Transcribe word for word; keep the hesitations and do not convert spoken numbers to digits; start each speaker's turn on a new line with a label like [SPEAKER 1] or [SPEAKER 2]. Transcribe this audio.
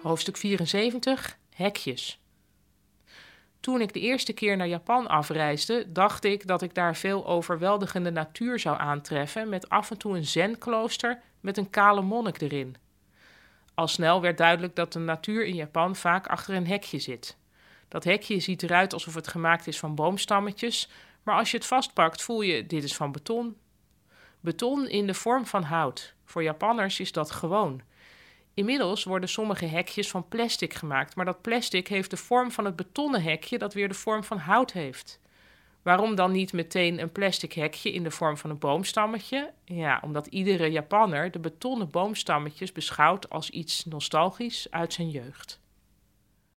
[SPEAKER 1] Hoofdstuk vierenzeventig, hekjes. Toen ik de eerste keer naar Japan afreisde, dacht ik dat ik daar veel overweldigende natuur zou aantreffen met af en toe een zenklooster met een kale monnik erin. Al snel werd duidelijk dat de natuur in Japan vaak achter een hekje zit. Dat hekje ziet eruit alsof het gemaakt is van boomstammetjes, maar als je het vastpakt voel je, dit is van beton. Beton in de vorm van hout. Voor Japanners is dat gewoon. Inmiddels worden sommige hekjes van plastic gemaakt, maar dat plastic heeft de vorm van het betonnen hekje dat weer de vorm van hout heeft. Waarom dan niet meteen een plastic hekje in de vorm van een boomstammetje? Ja, omdat iedere Japanner de betonnen boomstammetjes beschouwt als iets nostalgisch uit zijn jeugd.